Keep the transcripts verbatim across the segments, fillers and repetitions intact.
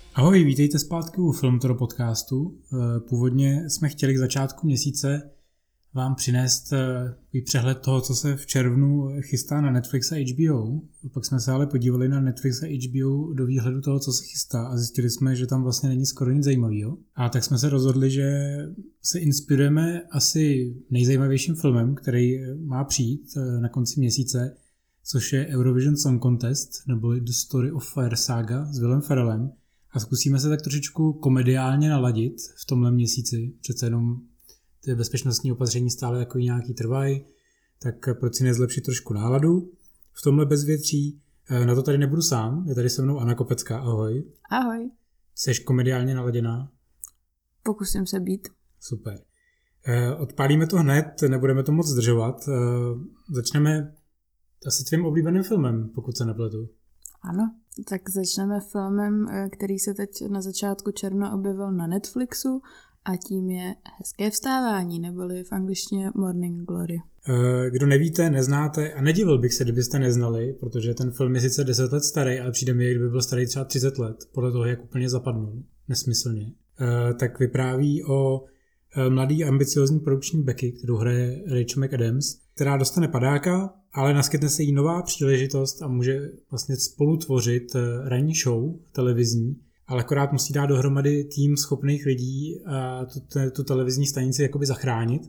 Ahoj, vítejte zpátky u Filmtoro podcastu. Původně jsme chtěli k začátku měsíce vám přinést takový přehled toho, co se v červnu chystá na Netflix a H B O. Pak jsme se ale podívali na Netflix a H B O do výhledu toho, co se chystá a zjistili jsme, že tam vlastně není skoro nic zajímavého. A tak jsme se rozhodli, že se inspirujeme asi nejzajímavějším filmem, který má přijít na konci měsíce, což je Eurovision Song Contest, nebo The Story of Fire Saga s Willem Ferrellem. A zkusíme se tak trošičku komediálně naladit v tomhle měsíci. Přece jenom ty bezpečnostní opatření stále takový nějaký trvají, tak proč si nezlepšit trošku náladu v tomhle bezvětří. Na to tady nebudu sám, je tady se mnou Anna Kopecká, ahoj. Ahoj. Jseš komediálně naladěná? Pokusím se být. Super. Odpálíme to hned, nebudeme to moc zdržovat. Začneme asi tvým oblíbeným filmem, pokud se nepletu. Ano, tak začneme filmem, který se teď na začátku června objevil na Netflixu a tím je Hezké vstávání, neboli v angličtině Morning Glory. Kdo nevíte, neznáte a nedivil bych se, kdybyste neznali, protože ten film je sice deset let starý, ale přijde mi, kdyby byl starý třeba třicet let, podle toho, jak úplně zapadnul, nesmyslně. Tak vypráví o mladý ambiciozní produkční Becky, kterou hraje Rachel McAdams, která dostane padáka, ale naskytne se jí nová příležitost a může vlastně spolutvořit ranní show televizní, ale akorát musí dát dohromady tým schopných lidí a tu, tu televizní stanici jakoby zachránit,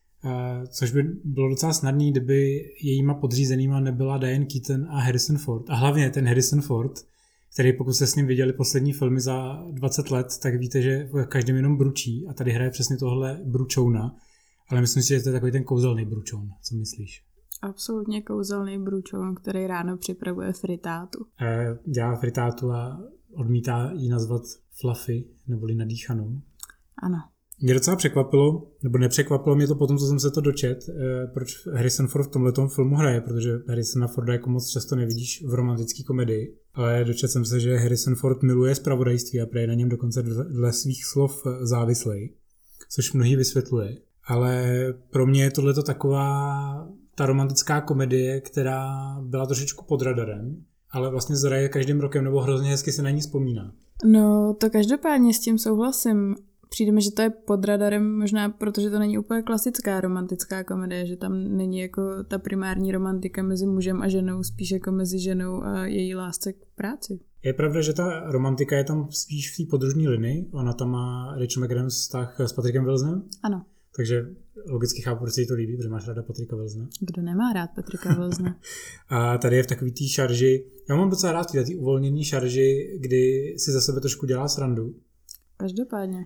což by bylo docela snadný, kdyby jejíma podřízenýma nebyla Diane Keaton a Harrison Ford. A hlavně ten Harrison Ford, který pokud jste s ním viděli poslední filmy za dvacet let, tak víte, že každým jenom bručí a tady hraje přesně tohle bručouna, ale myslím si, že to je takový ten kouzelný bručoun. Co myslíš? Absolutně kouzelný bručoun, který ráno připravuje fritátu. E, dělá fritátu a odmítá ji nazvat fluffy, neboli nadýchanou. Ano. Mě docela překvapilo, nebo nepřekvapilo mě to potom, co jsem se to dočet, e, proč Harrison Ford v tomhletom filmu hraje, protože Harrisona Forda jako moc často nevidíš v romantické komedii, ale dočet jsem se, že Harrison Ford miluje zpravodajství a prý na něm dokonce dle svých slov závislej, což mnohý vysvětluje. Ale pro mě je tohleto taková ta romantická komedie, která byla trošičku pod radarem, ale vlastně zraje každým rokem, nebo hrozně hezky se na ní vzpomíná. No, to každopádně s tím souhlasím. Přijde mi, že to je pod radarem možná, protože to není úplně klasická romantická komedie, že tam není jako ta primární romantika mezi mužem a ženou, spíš jako mezi ženou a její lásce k práci. Je pravda, že ta romantika je tam spíš v té podružní linii. Ona tam má Rachel McAdams vztah s Patrickem Wilsonem. Ano. Takže logicky chápu, proč si to líbí, protože máš ráda Patricka Wilsona. Kdo nemá rád Patricka Wilsona? A tady je v takový té šarži, já mám docela rád ty uvolněný šarži, kdy si za sebe trošku dělá srandu. Každopádně.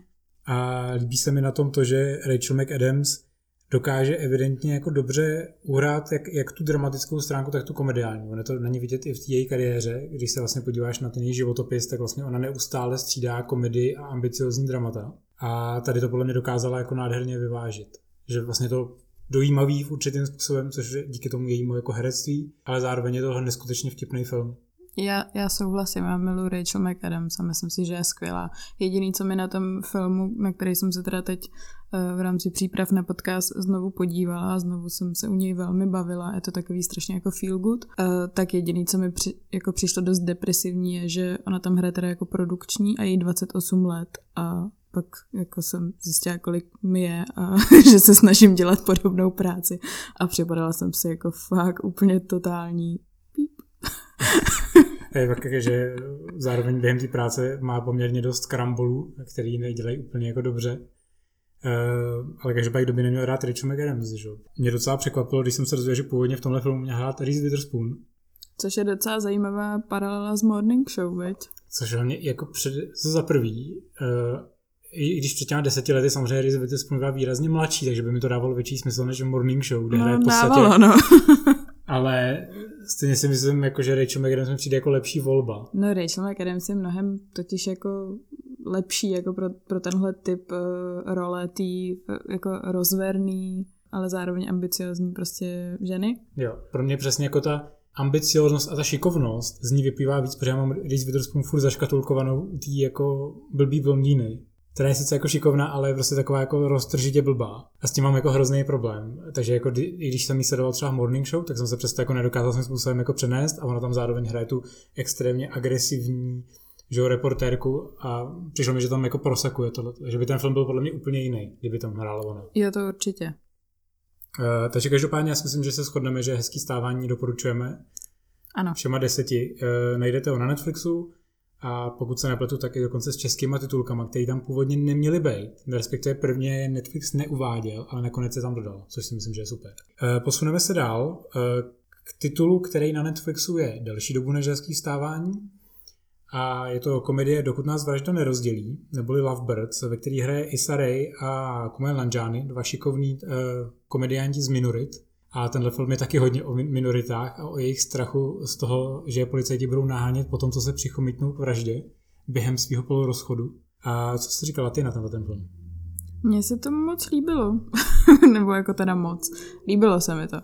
A líbí se mi na tom to, že Rachel McAdams dokáže evidentně jako dobře uhrát jak, jak tu dramatickou stránku, tak tu komediální. Ono to není vidět i v té její kariéře, když se vlastně podíváš na ten její životopis, tak vlastně ona neustále střídá komedii a ambiciozní dramata. A tady to podle mě dokázala jako nádherně vyvážit. Že vlastně to dojímavý v určitým způsobem, což je díky tomu jejímu jako herectví, ale zároveň je to neskutečně vtipný film. Já, já souhlasím, já miluji Rachel McAdams a myslím si, že je skvělá. Jediný, co mi na tom filmu, na který jsem se teda teď uh, v rámci příprav na podcast znovu podívala a znovu jsem se u něj velmi bavila, je to takový strašně jako feel good, uh, tak jediný, co mi při, jako přišlo dost depresivní, je, že ona tam hraje teda jako produkční a jí dvacet osm let a pak jako jsem zjistila, kolik mi je a že se snažím dělat podobnou práci a připadala jsem si jako fakt úplně totální píp. Je tak, že zároveň během té práce má poměrně dost karambolů, který nedělají úplně jako dobře. Uh, ale každopádně doby neměl rád Rachel McAdams, že? Mě docela překvapilo, když jsem se dozvěděl, že původně v tomhle filmu měl hrát Reese Witherspoon. Což je docela zajímavá paralela s Morning Show, veď? Což hlavně jako před, co za prvý, uh, i když před těmi deseti lety samozřejmě Reese Witherspoon byla výrazně mladší, takže by mi to dávalo větší smysl než Morning Show, kde no, hraje v podstatě... Dávalo, no. Ale stejně si myslím, jako, že Rachel McAdams mi přijde jako lepší volba. No Rachel McAdams je mnohem totiž jako lepší jako pro, pro tenhle typ uh, role tý uh, jako rozverný, ale zároveň ambiciozní prostě ženy. Jo, pro mě přesně jako ta ambicioznost a ta šikovnost z ní vyplývá víc, protože já mám Reese Witherspoon furt zaškatulkovanou u tý jako blbý blondýny, která je sice jako šikovná, ale je prostě taková jako roztržitě blbá. A s tím mám jako hrozný problém. Takže jako i když jsem jí sledoval třeba Morning Show, tak jsem se přesto jako nedokázal svým způsobem jako přenést a ona tam zároveň hraje tu extrémně agresivní že jo, reportérku a přišlo mi, že tam jako prosakuje tohle, že by ten film byl podle mě úplně jiný, kdyby tam hrála ona. Jo, to určitě. Uh, takže každopádně já si myslím, že se shodneme, že Hezký stávání doporučujeme. Ano. Všema deseti. Uh, najdete ho na Netflixu a pokud se nepletu, tak i dokonce s českýma titulkama, které tam původně neměly být. Respektive prvně Netflix neuváděl, ale nakonec se tam dodal, což si myslím, že je super. Uh, posuneme se dál uh, k titulu, který na Netflixu je delší dobu než Hezký stávání. A je to komedie Dokud nás vražda nerozdělí, neboli Lovebirds, ve který hraje Issa Rae a Kumail Nanjiani, dva šikovní uh, komedianti z minorit. A tenhle film je taky hodně o minoritách a o jejich strachu z toho, že policajti budou nahánět po tom, co se přichomítnou k vraždě během svého polorozchodu. A co jsi říkala ty na tenhle ten film? Mně se to moc líbilo. Nebo jako teda moc. Líbilo se mi to.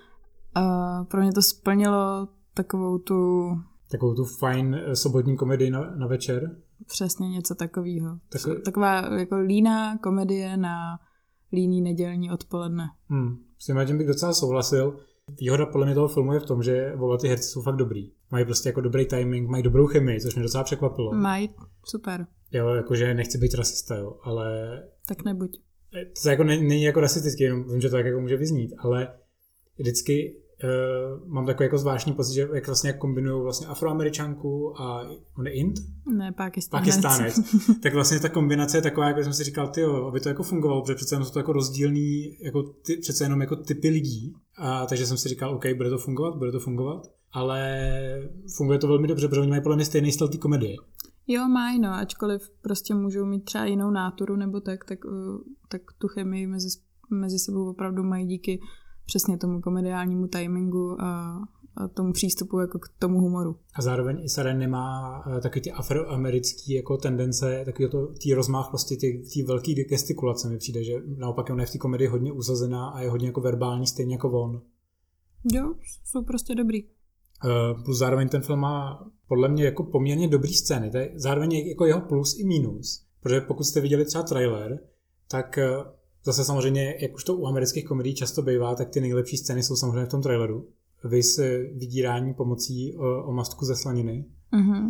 A pro mě to splnilo takovou tu... Takovou tu fajn sobotní komedii na, na večer? Přesně něco takového. Takový... Taková jako líná komedie na líný nedělní odpoledne. Hmm. S tím bych docela souhlasil. Výhoda podle mě toho filmu je v tom, že oba ty herci jsou fakt dobrý. Mají prostě jako dobrý timing, mají dobrou chemii, což mě docela překvapilo. Mají, super. Jo, jakože nechci být rasista, jo, ale... Tak nebuď. To jako není jako rasistický, jenom vím, že to tak jako může vyznít, ale vždycky uh, mám takový jako zvláštní pocit, že jak vlastně kombinují vlastně Afroameričanku a on je Ind? Ne, Pakistánec. Pakistánec. Tak vlastně ta kombinace je taková, jako jsem si říkal, tyjo, aby to jako fungovalo, protože přece jenom jsou to jako rozdílný, jako ty, přece jenom jako typy lidí. A takže jsem si říkal, OK, bude to fungovat, bude to fungovat, ale funguje to velmi dobře, protože oni mají podle mě stejný styl té komedie. Jo, mají, no, ačkoliv prostě můžou mít třeba jinou náturu nebo tak, tak, tak tu chemii mezi, mezi sebou opravdu mají díky přesně tomu komediálnímu timingu a, a tomu přístupu jako k tomu humoru. A zároveň Issa Rae nemá taky ty afroamerický jako tendence, taky to tý rozmáchlosti, ty, ty velký gestikulace mi přijde, že naopak on je v té komedii hodně usazená a je hodně jako verbální, stejně jako on. Jo, jsou prostě dobrý. Uh, plus zároveň ten film má podle mě jako poměrně dobrý scény. To je zároveň jako jeho plus i minus. Protože pokud jste viděli třeba trailer, tak uh, zase samozřejmě, jak už to u amerických komedií často bývá, tak ty nejlepší scény jsou samozřejmě v tom traileru. Vys vydírání pomocí o, o mastku ze slaniny. Mm-hmm.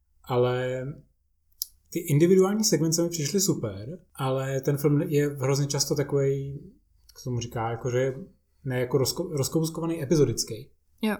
Ale ty individuální segmence mi přišly super, ale ten film je hrozně často takovej, jak se tomu říká, jakože ne jako rozko, rozkouskovaný epizodický. Jo.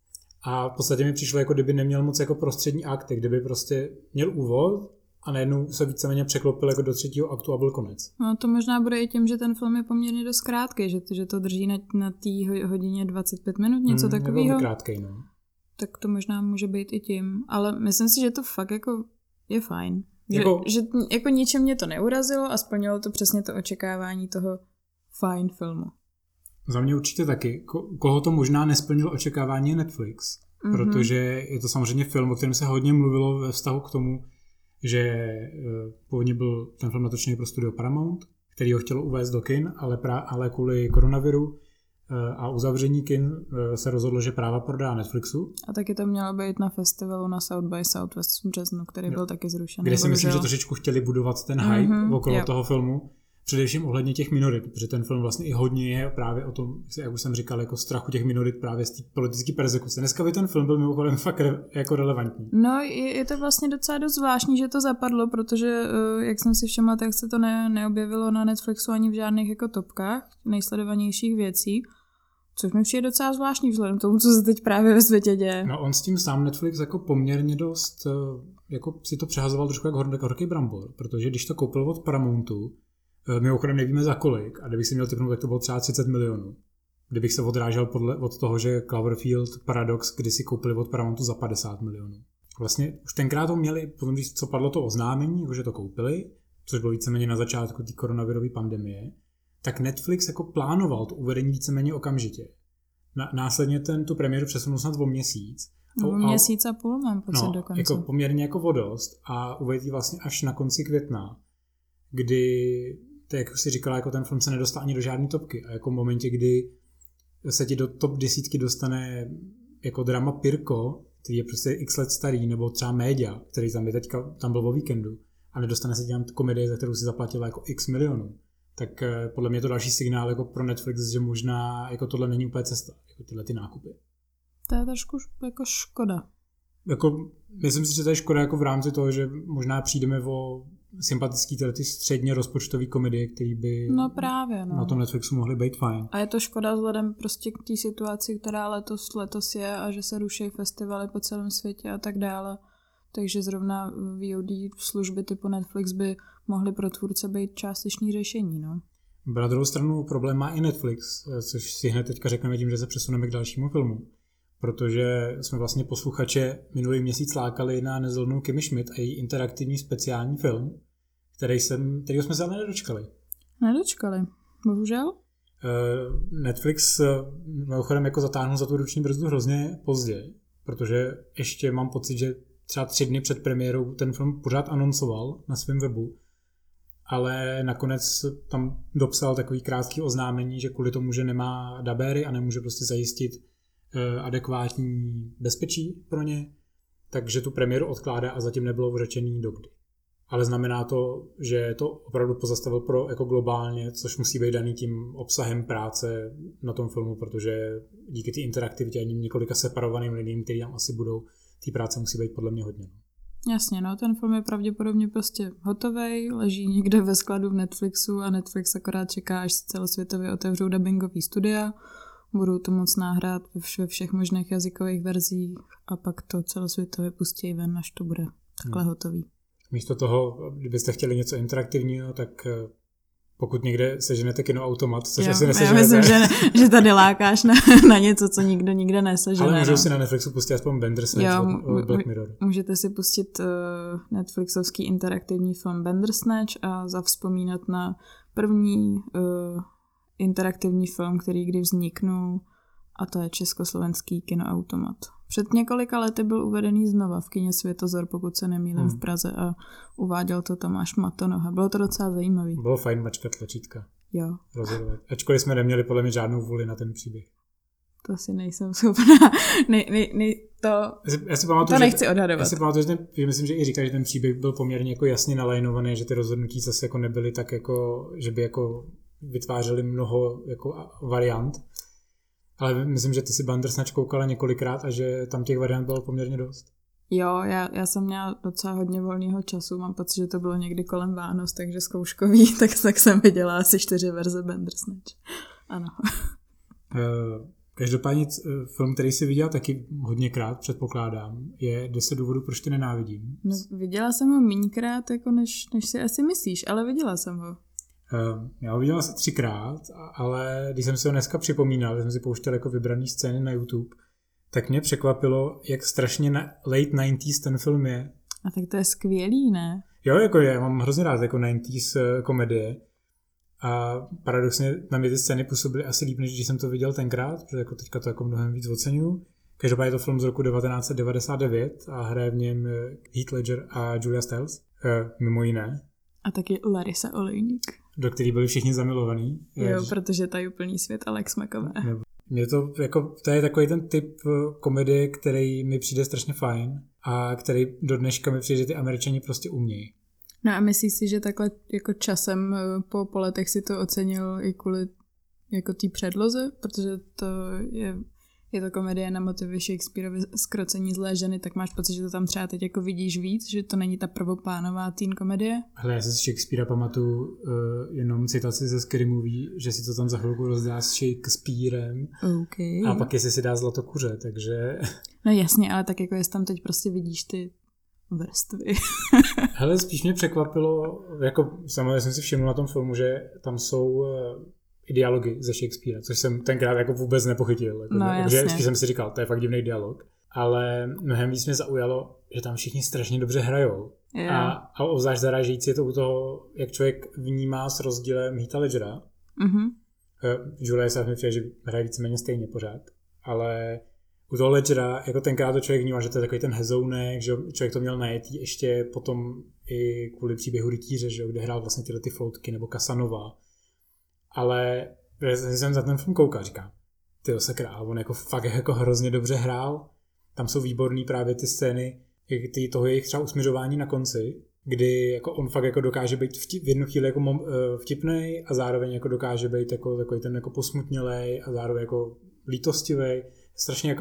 A v podstatě mi přišlo, jako kdyby neměl moc jako prostřední akt, kdyby prostě měl úvod a najednou se víceméně překlopil jako do třetího aktu a byl konec. No to možná bude i tím, že ten film je poměrně dost krátký, že to, že to drží na, na té hodině dvacet pět minut, něco hmm, takového. Je velmi krátkej, no. Tak to možná může být i tím, ale myslím si, že to fakt jako je fajn. Že jako, že jako ničem mě to neurazilo a splnilo to přesně to očekávání toho fajn filmu. Za mě určitě taky. Ko- koho to možná nesplnilo očekávání je Netflix, mm-hmm. protože je to samozřejmě film, o kterém se hodně mluvilo ve vztahu k tomu, že uh, původně byl ten film natočený pro studio Paramount, který ho chtělo uvést do kin, ale, pra- ale kvůli koronaviru uh, a uzavření kin uh, se rozhodlo, že práva prodá Netflixu. A taky to mělo být na festivalu na South by Southwest v březnu, který jo. byl taky zrušený. Kde si myslím, že trošičku chtěli budovat ten hype mm-hmm, okolo jo. toho filmu. Především ohledně těch minorit, protože ten film vlastně i hodně je právě o tom, jak už jsem říkal, jako strachu těch minorit právě z té politické perzekuce. Dneska by ten film byl mimochodem fakt re, jako relevantní. No, je, je to vlastně docela dost zvláštní, že to zapadlo, protože, jak jsem si všimla, tak se to ne, neobjevilo na Netflixu ani v žádných jako topkách nejsledovanějších věcí, což mi přijde docela zvláštní vzhledem tomu, co se teď právě ve světě děje. No, on s tím sám Netflix jako poměrně dost, jako si to přehazoval trošku jak horký brambor, protože když to koupil od Paramountu, mimochodem nevíme za kolik, a kdybych si měl typnout, tak to bylo třeba třicet milionů. Kdybych se odrážel podle, od toho, že Cloverfield Paradox kdysi koupili od Paramountu za padesát milionů. Vlastně už tenkrát to měli, potom když co padlo to oznámení, že to koupili, což bylo víceméně na začátku té koronavirové pandemie, tak Netflix jako plánoval to uvedení víceméně okamžitě. Následně ten tu premiéru přesunul snad o měsíc. No, měsíc a půl mám pocit no, dokonce. Jako poměrně jako vodost a uvedí vlastně až na konci května, kdy to, jak už si říkala, jako ten film se nedostal ani do žádné topky. A jako v momentě, kdy se ti do top desítky dostane jako drama Pirko, který je prostě x let starý, nebo třeba Média, který tam je teďka, tam byl o víkendu, a nedostane se ti tam komedie, za kterou si zaplatila jako x milionů, tak podle mě je to další signál jako pro Netflix, že možná jako tohle není úplně cesta, jako tyhle ty nákupy. To je trošku jako škoda. jako, myslím si, že to je škoda jako v rámci toho, že možná přijdeme o sympatický tyhle ty středně rozpočtový komedie, který by no právě, no. na tom Netflixu mohly být fajn. A je to škoda vzhledem prostě k té situaci, která letos, letos je a že se ruší festivaly po celém světě a tak dále. Takže zrovna V O D služby typu Netflix by mohly pro tvůrce být částečný řešení, no. Na druhou stranu problém má i Netflix, což si hned teďka řekneme tím, že se přesuneme k dalšímu filmu. Protože jsme vlastně posluchače minulý měsíc lákali na Nezelenou Kimi Schmidt a její interaktivní speciální film, který jsem, kterýho jsme se ale nedočkali. Nedočkali, bohužel. Netflix mimochodem jako zatáhnul za tu ruční brzdu hrozně pozdě, protože ještě mám pocit, že třeba tři dny před premiérou ten film pořád anoncoval na svém webu, ale nakonec tam dopsal takový krátký oznámení, že kvůli tomu, že nemá dabéry a nemůže prostě zajistit adekvátní bezpečí pro ně, takže tu premiéru odkládá a zatím nebylo řečený dokdy. Ale znamená to, že to opravdu pozastavil pro jako globálně, což musí být daný tím obsahem práce na tom filmu, protože díky té interaktivitě a několika separovaným lidím, který tam asi budou, té práce musí být podle mě hodně. Jasně, no, ten film je pravděpodobně prostě hotovej, leží někde ve skladu v Netflixu a Netflix akorát čeká, až se celosvětově otevřou dubbingový studia, budou to moc nahrát ve všech možných jazykových verzích a pak to celosvětově pustí ven, až to bude takhle hmm. hotový. Místo toho, kdybyste chtěli něco interaktivního, tak pokud někde seženete kinoautomat, což jo, asi neseženete. Já myslím, že, ne, že tady lákáš na, na něco, co nikdo nikde nesežene. Ale můžou no. si na Netflixu pustit aspoň Bandersnatch od Black Mirror. Můžete si pustit uh, Netflixovský interaktivní film Bandersnatch a zavzpomínat na první uh, interaktivní film, který kdy vzniknul, a to je československý kinoautomat. Před několika lety byl uvedený znova v kině Světozor, pokud se nemýlím, hmm. v Praze a uváděl to Tomáš Matonoha. Bylo to docela zajímavý. Bylo fajn mačkat tlačítka. Jo. Rozhodovat. Ačkoliv jsme neměli podle mě žádnou vůli na ten příběh. To si nejsem schopná. Ne, ne, ne, to já si, já si pamatuju, to nechci odhadovat. Já si pamatuju, že, ten, že myslím, že i říká, že ten příběh byl poměrně jako jasně nalajnovaný, že ty rozhodnutí zase jako nebyly tak jako, že by jako vytvářeli mnoho jako variant. Ale myslím, že ty si Bandersnatch koukala několikrát a že tam těch variant bylo poměrně dost. Jo, já, já jsem měla docela hodně volného času, mám pocit, že to bylo někdy kolem Vánoc, takže zkouškový, tak, tak jsem viděla asi čtyři verze Bandersnatch. Ano. Každopádně film, který jsi viděla taky hodněkrát, předpokládám, je deset důvodů, proč tě nenávidím. No, viděla jsem ho míňkrát, jako než, než si asi myslíš, ale viděla jsem ho. Já ho viděl asi třikrát, ale když jsem si ho dneska připomínal, když jsem si pouštěl jako vybraný scény na YouTube, tak mě překvapilo, jak strašně na late devadesátých ten film je. A tak to je skvělý, ne? Jo, jako je, mám hrozně rád jako devadesátých komedie a paradoxně na mě ty scény působily asi líp, než když jsem to viděl tenkrát, protože jako teďka to jako mnohem víc oceňuju. Každopádně je to film z roku devatenáct set devadesát devět a hraje v něm Heath Ledger a Julia Stiles, mimo jiné. A taky Larisa Olejník. Do který byli všichni zamilovaní. Jo, Jež... protože to je úplný svět Alex Makové. Mě to, jako, to je takový ten typ komedie, který mi přijde strašně fajn a který do dneška mi přijde, že ty Američani prostě umějí. No a myslíš si, že takhle jako časem po, po letech si to ocenil i kvůli jako té předloze? Protože to je... Je to komedie na motivy Shakespeareovy Zkrocení zlé ženy, tak máš pocit, že to tam třeba teď jako vidíš víc, že to není ta prvoplánová teen komedie? Hele, já si z Shakespearea pamatuju uh, jenom citaci ze Scary Movie, že si to tam za chvilku rozdá s Shakespearem okay. a pak jestli si dá Zlatokuře, takže... No jasně, ale tak jako jestli tam teď prostě vidíš ty vrstvy. Hele, spíš mě překvapilo, jako samozřejmě jsem si všiml na tom filmu, že tam jsou... Uh, i dialogy ze Shakespearea, což jsem tenkrát jako vůbec nepochytil. Jako, no, že spíš jsem si říkal, to je fakt divný dialog. Ale mnohem víc mě zaujalo, že tam všichni strašně dobře hrajou. Yeah. A, a obzvlášť zarážející je to u toho, jak člověk vnímá s rozdílem Heatha Ledgera. Mm-hmm. Uh, Julia se mi přijde, že hraje víceméně stejně pořád. Ale u toho Ledgera, jako tenkrát to člověk vnímá, že to je takový ten hezounek, že člověk to měl najetý ještě potom i kvůli příběhu Rytíře, že, kde hrál vlastně tyhle ty foutky, nebo Casanova. Ale jsem za ten film koukal, říkám, tyjo sakra, on jako fakt jako hrozně dobře hrál. Tam jsou výborný právě ty scény, ty, toho jejich třeba usměřování na konci, kdy jako on fakt jako dokáže být vtip, v jednu chvíli jako vtipnej a zároveň jako dokáže být jako takový ten jako posmutnělej a zároveň jako lítostivej. Strašně jako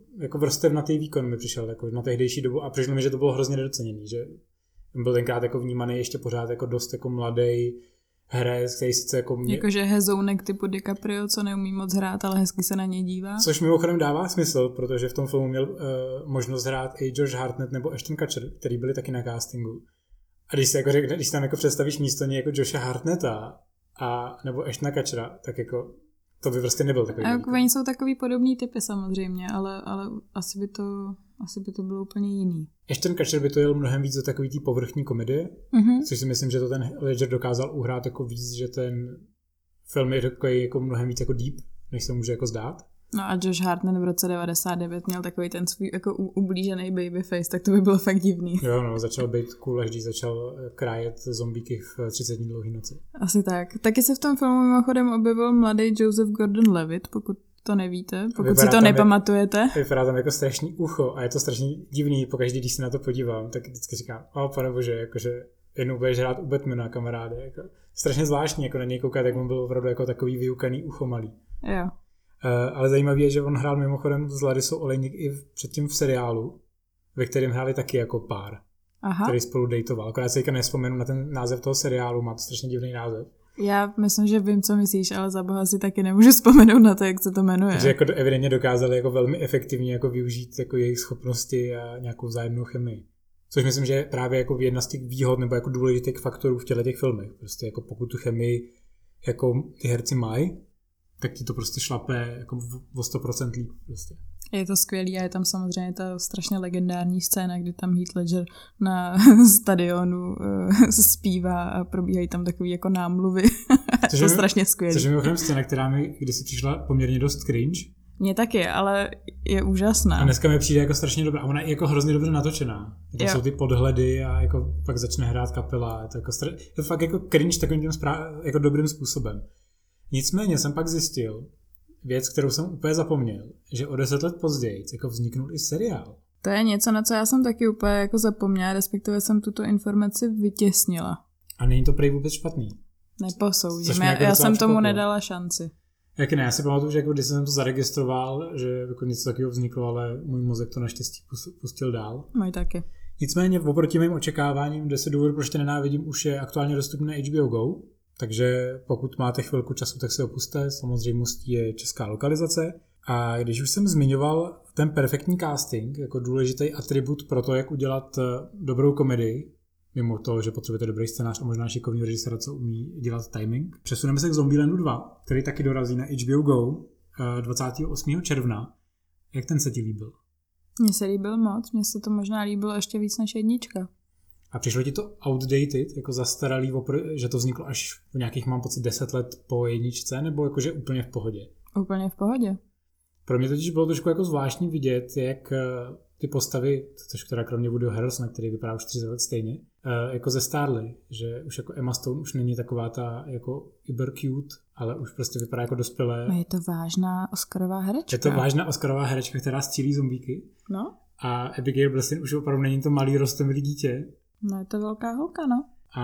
jako vrstevnatý výkon mi přišel jako na tehdejší dobu a přišlo mi, že to bylo hrozně nedoceněný, že byl tenkrát jako vnímaný ještě pořád jako dost jako mladý herec, který sice jako mě... Jakože hezounek typu DiCaprio, co neumí moc hrát, ale hezky se na něj dívá. Což mimochodem dává smysl, protože v tom filmu měl uh, možnost hrát i Josh Hartnett nebo Ashton Kutcher, který byli taky na castingu. A když si, jako řekne, když tam jako představíš místo něj jako Josha Hartnetta a nebo Ashtona Kutchera, tak jako to by prostě nebyl takový. A jako oni jsou takový podobný typy samozřejmě, ale, ale asi, by to, asi by to bylo úplně jiný. Ashton Kutcher by to jel mnohem víc do takový té povrchní komedie, mm-hmm. což si myslím, že to ten Ledger dokázal uhrát jako víc, že ten film je takový jako mnohem víc jako deep, než se může jako zdát. No a Josh Hartnett v roce devadesát devět měl takový ten svůj jako ublížený babyface, tak to by bylo fakt divný. Jo, no, začal být cool, až když začal krájet zombíky v třicet dní dlouhý noci. Asi tak. Taky se v tom filmu mimochodem objevil mladý Joseph Gordon-Levitt, pokud to nevíte, pokud vypadá si to nepamatujete. Je, vypadá tam jako strašný ucho a je to strašně divný, pokaždý, když se na to podívám, tak vždycky říkám, o pane bože, jakože jednou budeš hrát u Batmana, kamaráde. Jako, strašně zvláštní, jako na něj koukat, jak on byl opravdu jako takový vyukaný ucho malý. Jo. Uh, ale zajímavé je, že on hrál mimochodem s Larissou Olejnik i v, předtím v seriálu, ve kterém hráli taky jako pár, Aha. který spolu dejtoval. Akorát se teďka nespomenu na ten název toho seriálu, má to strašně divný název. Já myslím, že vím, co myslíš, ale za boha si taky nemůžu vzpomenout na to, jak se to jmenuje. Takže jako evidentně dokázali jako velmi efektivně jako využít jako jejich schopnosti a nějakou vzájemnou chemii. Což myslím, že je právě jako jedna z těch výhod nebo jako důležitých faktorů v těchto těch filmech. Prostě jako pokud tu chemii jako ty herci mají, tak ti to prostě šlape jako o sto procent líp. Prostě. Je to skvělý a je tam samozřejmě ta strašně legendární scéna, kdy tam Heath Ledger na stadionu uh, zpívá a probíhají tam takový jako námluvy. To je strašně skvělý. Což je mimochodem scéna, která mi kdysi přišla poměrně dost cringe. Mně taky, ale je úžasná. A dneska mi přijde jako strašně dobrá. A ona je jako hrozně dobře natočená. To jsou ty podhledy a jako pak začne hrát kapela. Je to, jako stra... je to fakt jako cringe takovým tím spra... jako dobrým způsobem. Nicméně jsem pak zjistil věc, kterou jsem úplně zapomněl, že o deset let později jako vzniknul i seriál. To je něco, na co já jsem taky úplně jako zapomněla, respektive jsem tuto informaci vytěsnila. A není to prej vůbec špatný. Neposoudím, já, jako já jsem tomu nedala šanci. Jak ne, já si pamatuju, že jako když jsem to zaregistroval, že jako něco takového vzniklo, ale můj mozek to naštěstí pustil dál. Můj taky. Nicméně oproti mým očekáváním, deset důvodů, proč tě nenávidím, už je aktuálně dostupný na H B O Go. Takže pokud máte chvilku času, tak si ho puste. Samozřejmě je česká lokalizace. A když už jsem zmiňoval ten perfektní casting jako důležitý atribut pro to, jak udělat dobrou komedii, mimo to, že potřebujete dobrý scénář a možná šikovný režiséra, co umí dělat timing, přesuneme se k Zombielandu dva, který taky dorazí na H B O Go dvacátého osmého června. Jak ten se ti líbil? Mně se líbil moc, mně se to možná líbilo ještě víc než jednička. A přišlo ti to outdated, jako zastaralý, že to vzniklo až v nějakých, mám pocit, deset let po jedničce, nebo jakože úplně v pohodě? Úplně v pohodě. Pro mě totiž bylo trošku jako zvláštní vidět, jak ty postavy, což která kromě Woody Harrelsona, který vypadá už třicet let stejně, jako zestárly, že už jako Emma Stone už není taková ta jako uber cute, ale už prostě vypadá jako dospělé. No je to vážná Oscarová herečka. Je to vážná Oscarová herečka, která střílí zombíky. No. A Abigail Breslin už opravdu není to malý roztomilý dítě. No je to velká holka, no.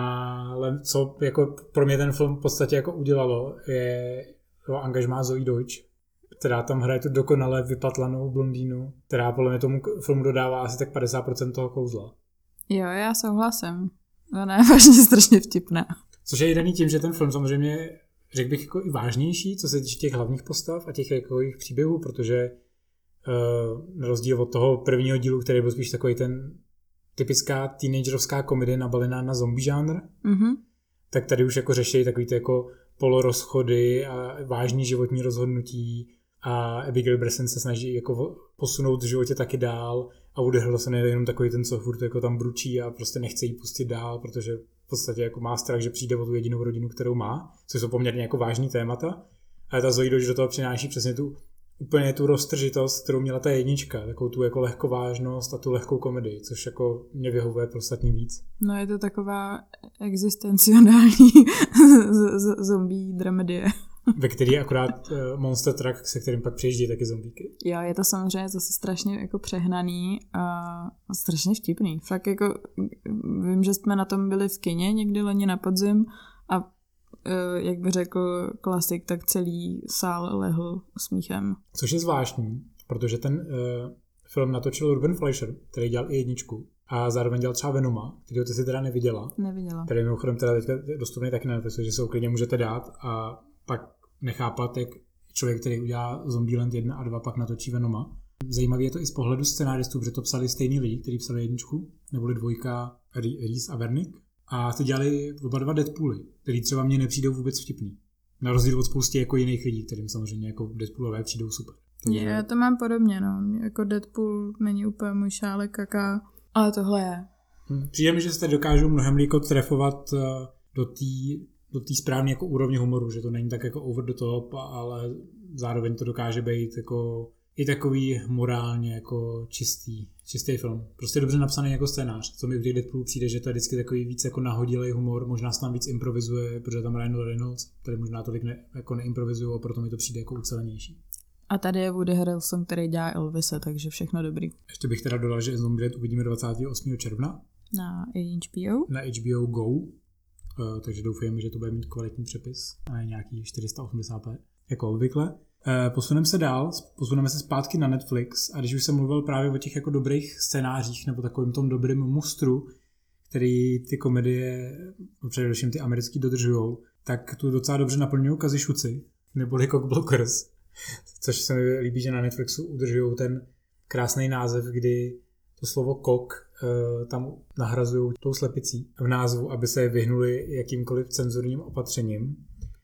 Ale co jako pro mě ten film v podstatě jako udělalo, je to angažmá Zoe Deutsch, která tam hraje tu dokonale vypatlanou blondýnu, která podle mě tomu filmu dodává asi tak padesát procent toho kouzla. Jo, já souhlasím. Ona je vážně strašně vtipná. Což je daný tím, že ten film samozřejmě, řekl bych, jako i vážnější, co se týče těch hlavních postav a těch jako jejich příběhů, protože uh, na rozdíl od toho prvního dílu, který byl spíš takový ten typická teenagerovská komedie nabalená na zombie žánr, mm-hmm. tak tady už jako řeší takový ty jako polorozchody a vážný životní rozhodnutí a Abigail Breslin se snaží jako posunout v životě taky dál a Woody Harrelson je jenom takový ten, co furt jako tam bručí a prostě nechce jí pustit dál, protože v podstatě jako má strach, že přijde o tu jedinou rodinu, kterou má, což jsou poměrně jako vážný témata. Ale ta Zoe Deutsch do toho přináší přesně tu úplně tu roztržitost, kterou měla ta jednička, takovou tu jako lehkovážnost a tu lehkou komedii, což jako mě vyhovuje podstatně víc. No je to taková existenciální zombie dramedie. Ve který je akorát uh, monster truck, se kterým pak přijíždí taky zombíky. Jo, je to samozřejmě zase strašně jako přehnaný a strašně vtipný. Fakt jako vím, že jsme na tom byli v kině někdy loni na podzim a uh, jak by řekl klasik, tak celý sál lehl smíchem. Což je zvláštní, protože ten uh, film natočil Ruben Fleischer, který dělal i jedničku. A zároveň dělal třeba Venoma, kterýho ty si teda neviděla. Neviděla. Který mimochodem teda teďka dostupný taky na Netflixu, že se ho klidně můžete dát a pak nechápat, jak člověk, který udělá Zombieland jedna a dva, pak natočí Venoma. Zajímavé je to i z pohledu scenáristů, protože to psali stejný lidi, kteří psali jedničku, neboli dvojka Reese a Wernick. A ty dělali oba dva Deadpooly, který třeba mně nepřijdou vůbec vtipný. Na rozdíl od spousty jako jiných lidí, kterým samozřejmě jako Deadpoolové přijdou super. Takže... Já to mám podobně, no. Jako Deadpool není úplně můj šálek kaká, ale tohle je. Hmm. Přijde mi, že se dokážou mnohem líko trefovat do té do té správné jako úrovně humoru, že to není tak jako over the top, ale zároveň to dokáže být jako i takový morálně jako čistý, čistý film. Prostě dobře napsaný jako scénář. Co mi u těch Deadpoolů přijde, že to je vždycky takový víc jako nahodilej humor, možná se tam víc improvizuje, protože tam Ryan Reynolds, tady možná tolik ne, jako neimprovizují a proto mi to přijde jako ucelenější. A tady je Woody Harrelson, který dělá Elvise, takže všechno dobrý. Ještě bych teda dodal, že Zombieland uvidíme dvacátého osmého června. Na H B O. Na H B O Go. Uh, takže doufujeme, že to bude mít kvalitní přepis. A je nějaký čtyři sta osmdesát p. Jako obvykle. Uh, posuneme se dál, posuneme se zpátky na Netflix. A když už jsem mluvil právě o těch jako dobrých scénářích nebo takovým tom dobrým mustru, který ty komedie, především ty americký, dodržujou, tak tu docela dobře naplňují Kazy Šuci, neboli Cockblockers. Což se mi líbí, že na Netflixu udržují ten krásný název, kdy to slovo kok uh, tam nahrazují tou slepicí v názvu, aby se vyhnuli jakýmkoliv cenzurním opatřením.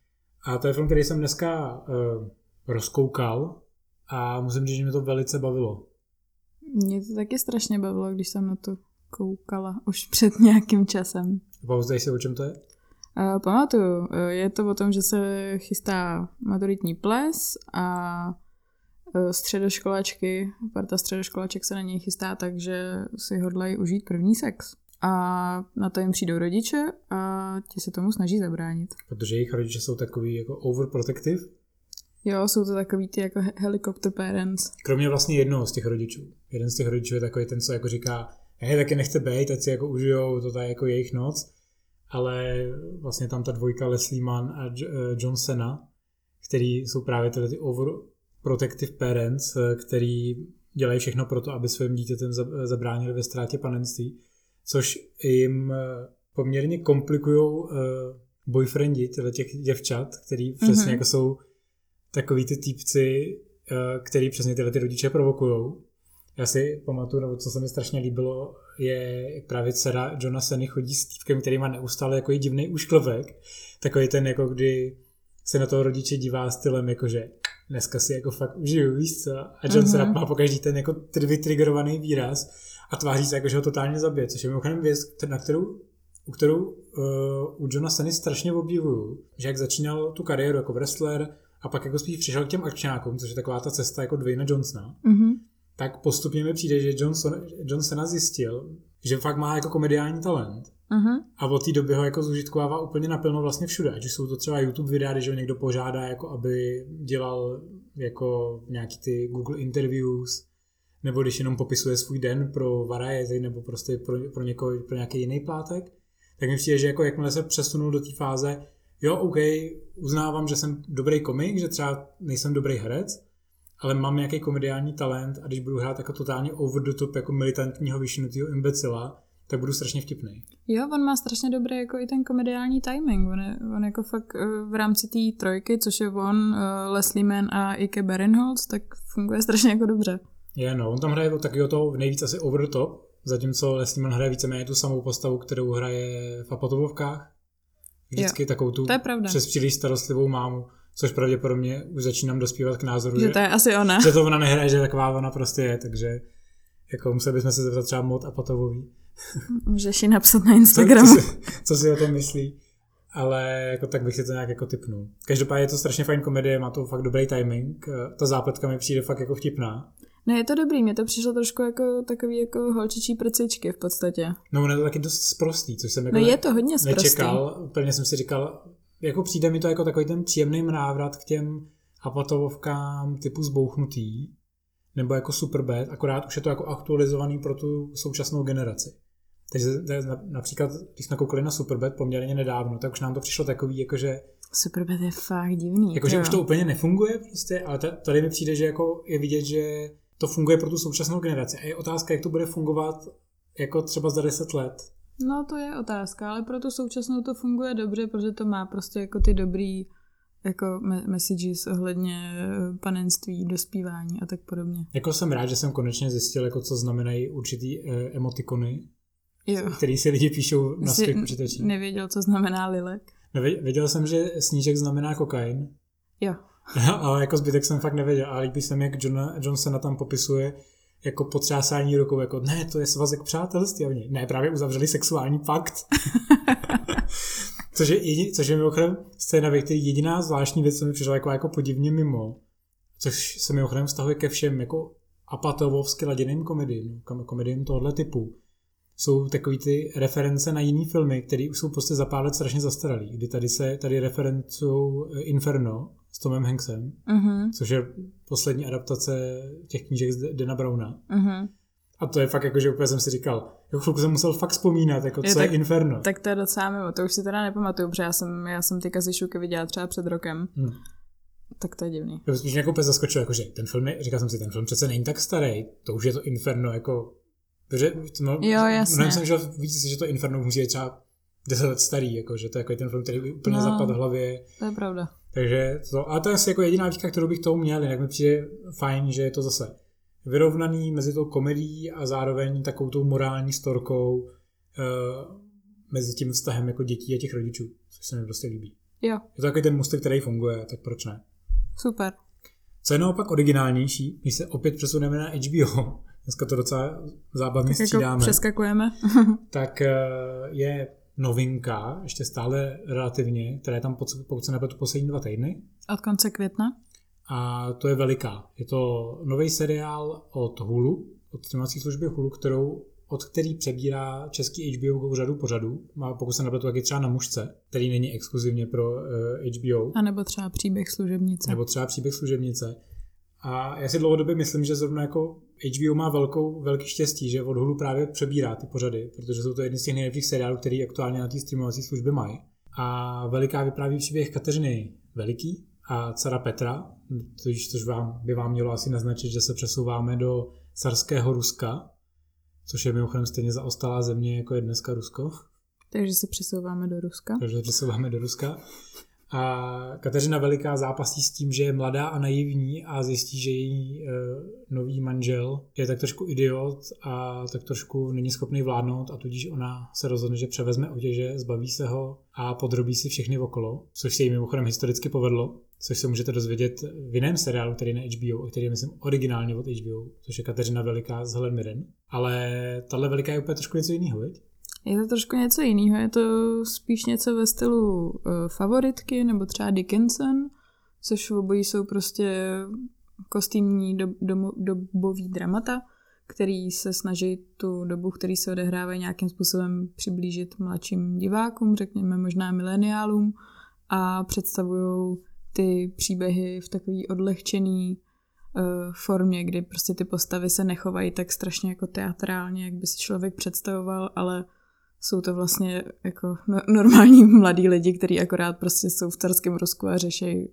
A to je film, který jsem dneska uh, rozkoukal a musím říct, že mě to velice bavilo. Mě to taky strašně bavilo, když jsem na to koukala už před nějakým časem. Pamatuj si, o čem to je? Uh, pamatuju. Uh, je to o tom, že se chystá maturitní ples a uh, středoškolačky, parta středoškolaček se na něj chystá, takže si hodlají užít první sex. A na to jim přijdou rodiče a ti se tomu snaží zabránit. Protože jejich rodiče jsou takový jako overprotective? Jo, jsou to takový ty jako helicopter parents. Kromě vlastně jednoho z těch rodičů. Jeden z těch rodičů je takový ten, co jako říká, hej, taky nechte bejt, ať si jako užijou, to je jako jejich noc. Ale vlastně tam ta dvojka Leslie Mann a John Cena, který jsou právě tyhle ty overprotective parents, který dělají všechno pro to, aby svým dítětem zabránili ve ztrátě panenství, což jim poměrně komplikujou boyfriendí těch děvčat, který přesně mm-hmm. jako jsou takový ty týpci, který přesně tyhle ty rodiče provokujou. Já si pamatuju, nebo co se mi strašně líbilo, je právě dcera Johna Ceny chodí s týpkem, který má neustále jako divný úšklovek. Takový ten, jako kdy se na toho rodiče dívá stylem, jakože dneska si jako fakt užiju, víš co? A John Cena má pokaždý ten jako vytriggerovaný výraz a tváří se jako, že ho totálně zabije, což je mimochodem věc, na kterou, u kterou uh, u Johna Ceny strašně obdivuju, že jak začínal tu kariéru jako wrestler a pak jako spíš přišel k těm akčňákům, což je taková ta cesta jako Dwayna Johnsona, mm-hmm. tak postupně mi přijde, že John, Son, John Cena zjistil, že fakt má jako komediální talent uh-huh. a od té doby ho jako zužitkovává úplně naplno vlastně všude. Ať už jsou to třeba YouTube videa, když ho někdo požádá, jako aby dělal jako nějaký ty Google interviews, nebo když jenom popisuje svůj den pro Variety, nebo prostě pro, pro, někoho, pro nějaký jiný plátek, tak mi přijde, že jako jakmile se přesunul do té fáze, jo, OK, uznávám, že jsem dobrý komik, že třeba nejsem dobrý herec, ale mám nějaký komediální talent a když budu hrát jako totálně over the top jako militantního vyšinutýho imbecila, tak budu strašně vtipný. Jo, on má strašně dobrý jako i ten komediální timing. On, je, on jako fakt v rámci té trojky, což je on, Leslie Mann a Ike Barinholtz, tak funguje strašně jako dobře. Je, no, on tam hraje takového toho nejvíc asi over the top, zatímco Leslie Mann hraje víceméně tu samou postavu, kterou hraje v Apatovovkách. Vždycky jo, takovou tu přes příliš starostlivou mámu. Což pravděpodobně už začínám dospívat k názoru, že to je asi ona. Že to ona nehraje, že taková ona prostě je, takže jako museli bychom se zeptat třeba Mod Apatovový. Můžeš ji napsat na Instagramu. Co, co, si, co si o tom myslí, ale jako tak bych si to nějak jako tipnul. Každopádně je to strašně fajn komedie, má to fakt dobrý timing, ta zápletka mi přijde fakt jako vtipná. No je to dobrý, mě to přišlo trošku jako takový jako holčičí prcičky v podstatě. No ono je to taky dost sprostý, což jsem jako no je to hodně sprostý. Nečekal, úplně jsem si říkal, jako přijde mi to jako takový ten příjemný návrat k těm Apatovovkám typu Zbouchnutý, nebo jako Superbad, akorát už je to jako aktualizovaný pro tu současnou generaci. Takže například, když jsme koukali na Superbad poměrně nedávno, tak už nám to přišlo takový, jakože... Superbad je fakt divný. Jakože už to úplně nefunguje prostě, ale tady mi přijde, že jako je vidět, že to funguje pro tu současnou generaci. A je otázka, jak to bude fungovat jako třeba za deset let. No to je otázka, ale pro tu současnou to funguje dobře, protože to má prostě jako ty dobrý jako messages ohledně panenství, dospívání a tak podobně. Jako jsem rád, že jsem konečně zjistil, jako co znamenají určitý uh, emotikony, jo. který si lidi píšou na svých počítačích. Nevěděl, co znamená lilek? Věděl jsem, že snížek znamená kokain. Jo. Ale jako zbytek jsem fakt nevěděl. A líbí se mi, jak John, Johnsona tam popisuje jako potřásání rukou, jako ne, to je svazek přátelství. Ne, právě uzavřeli sexuální pakt. což, je jedin, což je mimochodem scéna, ve které jediná zvláštní věc, co mi přišla jako, jako podivně mimo, což se mimochodem vztahuje ke všem jako apatovovsky laděným komediím, komediím tohoto typu. Jsou takový ty reference na jiný filmy, které už jsou prostě za pár let strašně zastaralý, kdy tady se tady referencují Inferno s Tomem Hanksem, uh-huh. což je poslední adaptace těch knížek z Dana Browna. Uh-huh. A to je fakt jako, že úplně jsem si říkal, jako chvilku jsem musel fakt vzpomínat, jako co je, tak, je Inferno. Tak to je docela mimo, to už si teda nepamatuju, protože já jsem, já jsem ty Kazišuky viděla třeba před rokem. Hmm. Tak to je divný. To spíš mě jako úplně zaskočil, jako, že ten film, říkal jsem si, ten film přece není tak starý, to už je to Inferno, jako protože no, jo, jasně. jsem žil víc, že to Inferno musí být třeba deset let starý, jako, že to je jako ten film, který úplně no, zapad v hlavě. To je pravda. Takže to, ale to je asi jako jediná výtka, kterou bych toho měl, jinak mi přijde fajn, že je to zase vyrovnaný mezi tou komedií a zároveň takovou tou morální storkou uh, mezi tím vztahem jako dětí a těch rodičů, což se mi prostě líbí. Jo. Je to takový ten můstek, který funguje, tak proč ne? Super. Co je naopak originálnější, když se opět přesuneme na H B O, dneska to docela zábavně tak střídáme. Jako přeskakujeme. tak je novinka, ještě stále relativně, která je tam, pokud se nepletu, poslední dva týdny. Od konce května. A to je veliká. Je to nový seriál od Hulu, od streamovací služby Hulu, kterou, od který přebírá český H B O řadu pořadů. Má, pokud se nepletu, tak je třeba Na mužce, který není exkluzivně pro uh, H B O. A nebo třeba Příběh služebnice. Nebo třeba Příběh služebnice. A já si dlouhodobě myslím, že zrovna jako H B O má velkou, velký štěstí, že od Hulu právě přebírá ty pořady, protože jsou to jedny z těch nejlepších seriálů, který aktuálně na té streamovací službě mají. A veliká vypráví příběh Kateřiny Veliký a dcera Petra, což, což vám, by vám mělo asi naznačit, že se přesouváme do carského Ruska, což je mimochodem stejně zaostalá země, jako je dneska Rusko. Takže se přesouváme do Ruska. Takže se přesouváme do Ruska. A Kateřina Veliká zápasí s tím, že je mladá a naivní a zjistí, že její e, nový manžel je tak trošku idiot a tak trošku není schopný vládnout a tudíž ona se rozhodne, že převezme otěže, zbaví se ho a podrobí si všechny okolo, což se jí mimochodem historicky povedlo, což se můžete dozvědět v jiném seriálu, který je na H B O, který je myslím originálně od H B O, což je Kateřina Veliká z Helen Mirren. Ale tahle Veliká je úplně trošku něco jiného, viď? Je to trošku něco jiného, je to spíš něco ve stylu uh, Favoritky nebo třeba Dickinson, což obojí jsou prostě kostýmní do, do, dobový dramata, který se snaží tu dobu, který se odehrávají nějakým způsobem přiblížit mladším divákům, řekněme možná mileniálům a představují ty příběhy v takový odlehčený uh, formě, kdy prostě ty postavy se nechovají tak strašně jako teatrálně, jak by si člověk představoval, ale jsou to vlastně jako normální mladí lidi, kteří akorát prostě jsou v carském Rusku a řeší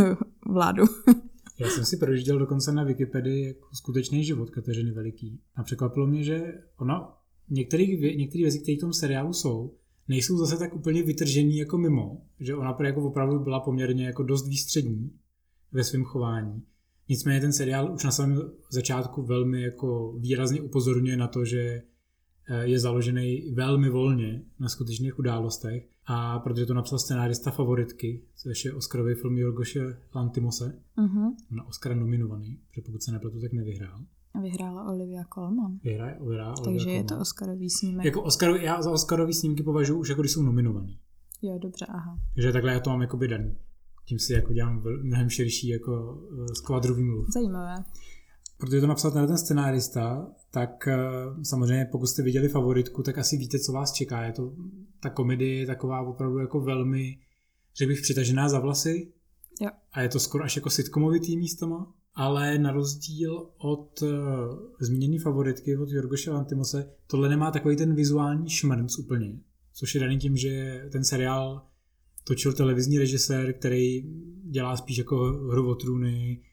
vládu. Já jsem si projížděl dokonce na Wikipedii jako skutečný život Kateřiny Veliký. A překvapilo mě, že ona některé věci, které v tom seriálu jsou, nejsou zase tak úplně vytržený jako mimo. Že ona jako opravdu byla poměrně jako dost výstřední ve svém chování. Nicméně ten seriál už na samém začátku velmi jako výrazně upozorňuje na to, že je založený velmi volně na skutečných událostech a protože to napsal scenárista Favoritky, což je Oscarový film Jorgoše Lanthimose, uh-huh. na Oscara nominovaný, protože pokud se nepletu, tak nevyhrál. Vyhrála Olivia Colman. Vyhrá, vyhrá Takže Olivia je Colman. To Oscarový snímek. Jako Oscar, já za Oscarový snímky považuji už jako když jsou nominovaný. Jo, dobře, aha. Takže takhle já to mám jakoby daný. Tím si jako dělám mnohem širší jako skvadru výmluv. Zajímavé. Protože to napsal ten scenárista, tak samozřejmě pokud jste viděli Favoritku, tak asi víte, co vás čeká. Je to, ta komedie je taková opravdu jako velmi, řekl bych, přitažená za vlasy. Jo. A je to skoro až jako sitcomovitý místama. Ale na rozdíl od uh, zmíněné Favoritky, od Jorgoše Lanthimose, tohle nemá takový ten vizuální šmrnc úplně. Což je daný tím, že ten seriál točil televizní režisér, který dělá spíš jako Hru o trůny,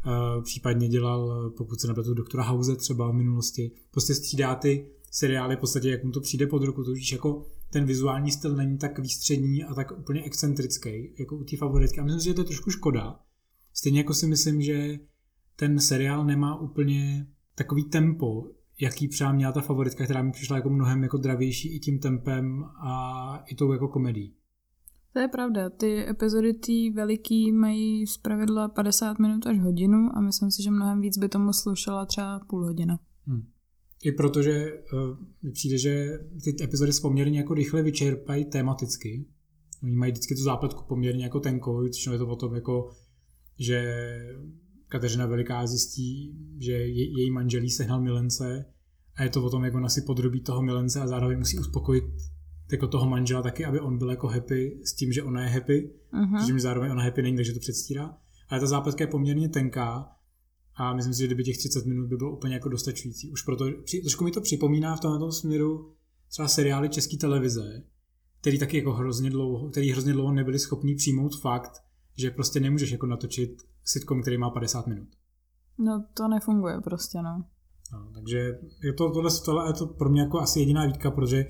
Uh, případně dělal, pokud se nepletu, doktora House třeba v minulosti. Prostě střídá ty seriály v podstatě, jak mu to přijde pod ruku, to už jako ten vizuální styl není tak výstřední a tak úplně excentrický, jako u té favoritky. A myslím si, že to je trošku škoda. Stejně jako si myslím, že ten seriál nemá úplně takový tempo, jaký třeba měla ta favoritka, která mi přišla jako mnohem jako dravější i tím tempem a i tou jako komedií. To je pravda, ty epizody tý veliký mají zpravidla padesát minut až hodinu a myslím si, že mnohem víc by tomu slušela třeba půl hodina. Hmm. I protože uh, mi přijde, že ty epizody se poměrně jako rychle vyčerpají tematicky. Oni mají vždycky tu zápletku poměrně jako tenkou, je to o tom jako, že Kateřina Veliká zjistí, že je, její manželí sehnal milence a je to o tom, jak ona si podrobí toho milence a zároveň musí uspokojit jako toho manžela taky, aby on byl jako happy s tím, že ona je happy, uh-huh. protože zároveň ona happy není, takže to předstírá. Ale ta zápletka je poměrně tenká a myslím si, že kdyby těch třicet minut by bylo úplně jako dostačující. Už proto, trošku mi to připomíná v tomto směru třeba seriály České televize, který taky jako hrozně dlouho, který hrozně dlouho nebyli schopní přijmout fakt, že prostě nemůžeš jako natočit sitcom, který má padesát minut. No to nefunguje prostě, no. no takže je to, tohle, tohle je to pro mě jako asi jediná výtka, protože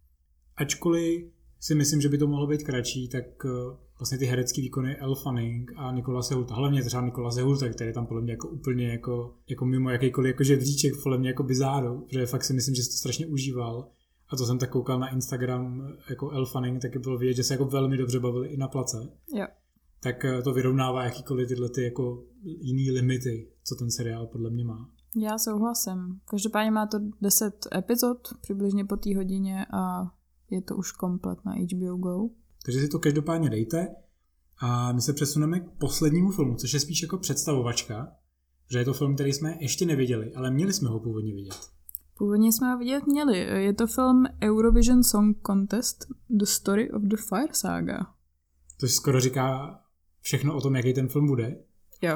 ačkoliv si myslím, že by to mohlo být kratší, tak vlastně ty herecký výkony Elle Fanning a Nikola Sehulta, hlavně třeba Nikola Sehulta, který je tam podle mě jako úplně jako, jako mimo jakýkoliv jako žebříček, podle mě jako bizáro, protože fakt si myslím, že si to strašně užíval. A to jsem tak koukal na Instagram jako Elle Fanning, taky bylo vidět, že se jako velmi dobře bavili i na place. Jo. Tak to vyrovnává jakýkoliv tyhle ty jako jiný limity, co ten seriál podle mě má. Já souhlasím. Každopádně má to deset epizod, přibližně po té hodině a je to už komplet na H B O Go. Takže si to každopádně dejte a my se přesuneme k poslednímu filmu, což je spíš jako představovačka, že je to film, který jsme ještě neviděli, ale měli jsme ho původně vidět. Původně jsme ho vidět měli. Je to film Eurovision Song Contest The Story of the Fire Saga. To skoro říká všechno o tom, jaký ten film bude. Jo.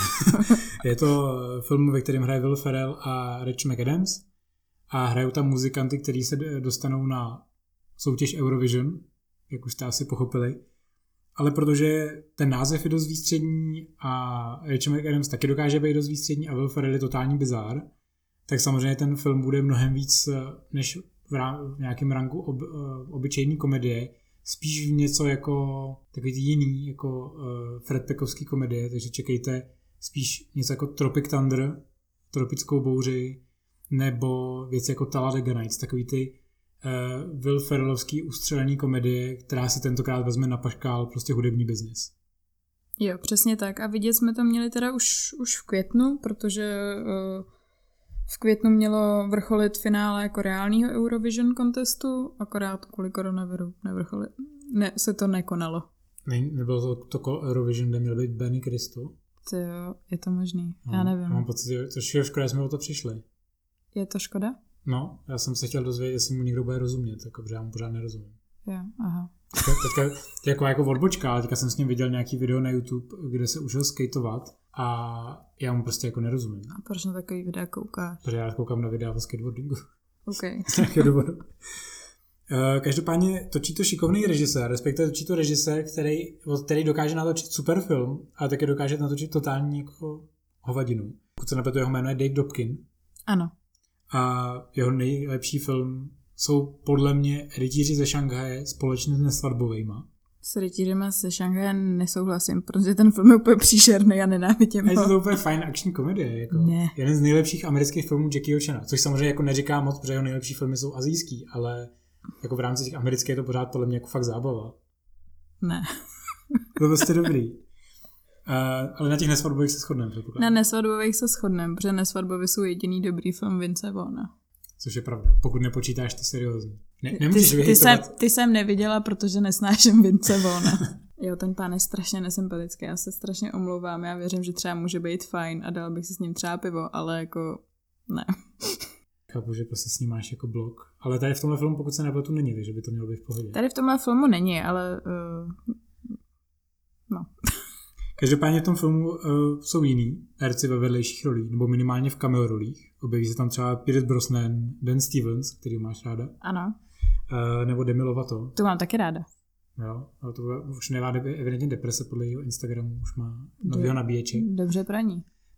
Je to film, ve kterém hraje Will Ferrell a Rachel McAdams a hrajou tam muzikanty, kteří se dostanou na soutěž Eurovision, jak už jste asi pochopili. Ale protože ten název je dost výstřední a Rachel McAdams taky dokáže být dost výstřední a Will Ferrell je totální bizár, tak samozřejmě ten film bude mnohem víc než v, rám, v nějakém ranku ob, obyčejný komedie, spíš v něco jako takový jiný, jako uh, Fred Peckovský komedie, takže čekejte spíš něco jako Tropic Thunder, Tropickou bouři, nebo věci jako Talladega Nights, takový ty uh, Will Ferrellovský ustřelený komedie, která si tentokrát vezme na paškál prostě hudební biznis. Jo, přesně tak. A vidět jsme to měli teda už, už v květnu, protože uh, v květnu mělo vrcholit finále jako reálního Eurovision contestu, akorát kvůli koronaviru nevrcholit. Ne, se to nekonalo. Ne, nebylo to, to Eurovision, kde měl být Benny Cristo? To jo, je to možný. No, já nevím. Mám pocit, že to je škoda, jsme o to přišli. Je to škoda? No, já jsem se chtěl dozvědět, jestli mu někdo bude rozumět, jako, protože já mu pořád nerozumím. Jo, aha. Teďka, teďka jako, jako odbočka, ale teďka jsem s ním viděl nějaký video na YouTube, kde se učil skateovat a já mu prostě jako nerozumím. A proč na takový videa koukáš? Protože já koukám na videa o skateboardingu. OK. Z nějakého důvodu. Každopádně točí to šikovný režisér, respektive točí to režisér, který, který dokáže natočit super film, ale také dokáže natočit totální jako hovadinu. Pokud se nepletu, jeho jméno je Dave Dobkin. Ano. A jeho nejlepší film jsou podle mě Rytíři ze Šanghaje společně s Nesvadbovejma. S Rytířima ze Šanghaje nesouhlasím, protože ten film je úplně příšerný a nenávidím ho. A je to úplně fajn akční komedie. Jako ne. Jeden z nejlepších amerických filmů Jackieho Chana, což samozřejmě jako neříká moc, protože jeho nejlepší filmy jsou asijský, ale jako v rámci těch amerických je to pořád podle mě jako fakt zábava. Ne. To je prostě dobrý. Uh, ale na těch Nesvadbových se shodneme. Na Nesvadbových se shodneme, protože Nesvadbovi jsou jediný dobrý film Vince Vaughna. Což je pravda, pokud nepočítáš ty seriózní. Ne, nemůžeš ty, ty, jsem, ty jsem neviděla, protože nesnáším Vince Vaughna. Jo, ten pán je strašně nesympatický, já se strašně omlouvám, já věřím, že třeba může být fajn a dal bych si s ním třeba pivo, ale jako ne. Chápu, že prostě s ním máš jako blok. Ale tady v tomhle filmu, pokud se nepletu, není, takže by to mělo být v pohodě. Tady v tomhle filmu není, ale uh, no. Každopádně v tom filmu uh, jsou jiný herci ve vedlejších rolích, nebo minimálně v cameo rolích. Objeví se tam třeba Pierce Brosnan, Dan Stevens, který máš ráda. Ano. Uh, nebo Demi Lovato. Tu mám taky ráda. Jo, to už nemá evidentně deprese, podle jeho Instagramu už má nového nabíječe. Dobře pro ní.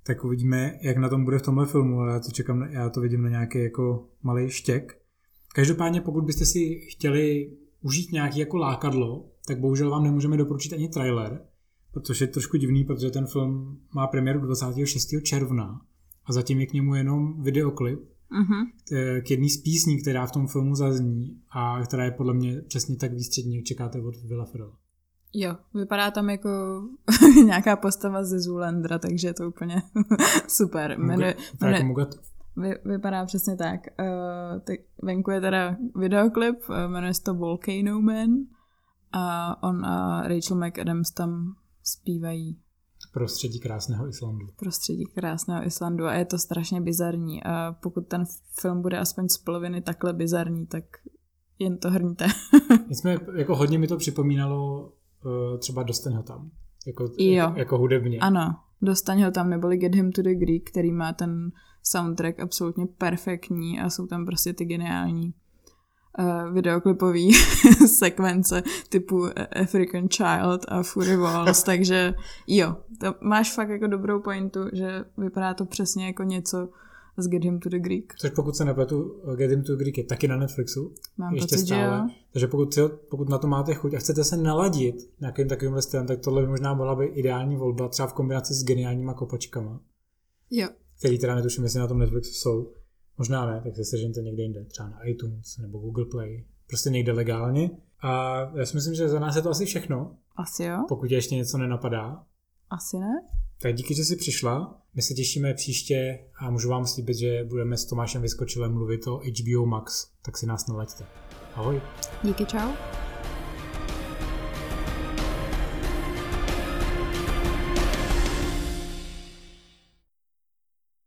tak uvidíme, jak na tom bude v tomhle filmu, ale já to čekám, já to vidím na nějaký jako malej štěk. Každopádně, pokud byste si chtěli užít nějaký jako lákadlo, tak bohužel vám nemůžeme doporučit ani trailer, protože je trošku divný, protože ten film má premiéru dvacátého šestého června a zatím je k němu jenom videoklip uh-huh. k jedný z písní, která v tom filmu zazní a která je podle mě přesně tak výstřední, jak čekáte od Willa Ferrella. Jo, vypadá tam jako nějaká postava ze Zoolandra, takže je to úplně super. Jmenuje, jmenuje, vy, vypadá přesně tak. Uh, tak venku je teda videoklip, uh, jmenuje se to Volcano Man a on a Rachel McAdams tam zpívají prostředí krásného Islandu. Prostředí krásného Islandu a je to strašně bizarní a pokud ten film bude aspoň z poloviny takhle bizarní, tak jen to hrňte. Jsme, jako hodně mi to připomínalo uh, třeba Dostaň ho tam. Jako, jako, jako hudebně. Ano, Dostaň ho tam neboli Get Him to the Greek, který má ten soundtrack absolutně perfektní a jsou tam prostě ty geniální uh, videoklipový sekvence typu African Child a Fury Walls, takže jo, to máš fakt jako dobrou pointu, že vypadá to přesně jako něco z Get Him to the Greek. Což pokud se nepletu, Get Him to the Greek je taky na Netflixu. Mám ještě pocit, stále. že jo. Takže pokud, pokud na to máte chuť a chcete se naladit nějakým takovým stylem, tak tohle by možná mohla být ideální volba, třeba v kombinaci s geniálníma kopačkama. Jo. Který teda netuším, jestli na tom Netflixu jsou. Možná ne, tak se sežente někde jinde, třeba na iTunes nebo Google Play. Prostě někde legálně. A já si myslím, že za nás je to asi všechno. Asi jo. Pokud tě ještě něco nenapadá. Asi ne. Tak díky, že jsi přišla. My se těšíme příště a můžu vám slíbit, že budeme s Tomášem Vyskočilem mluvit o H B O Max. Tak si nás nalaďte. Ahoj. Díky, čau.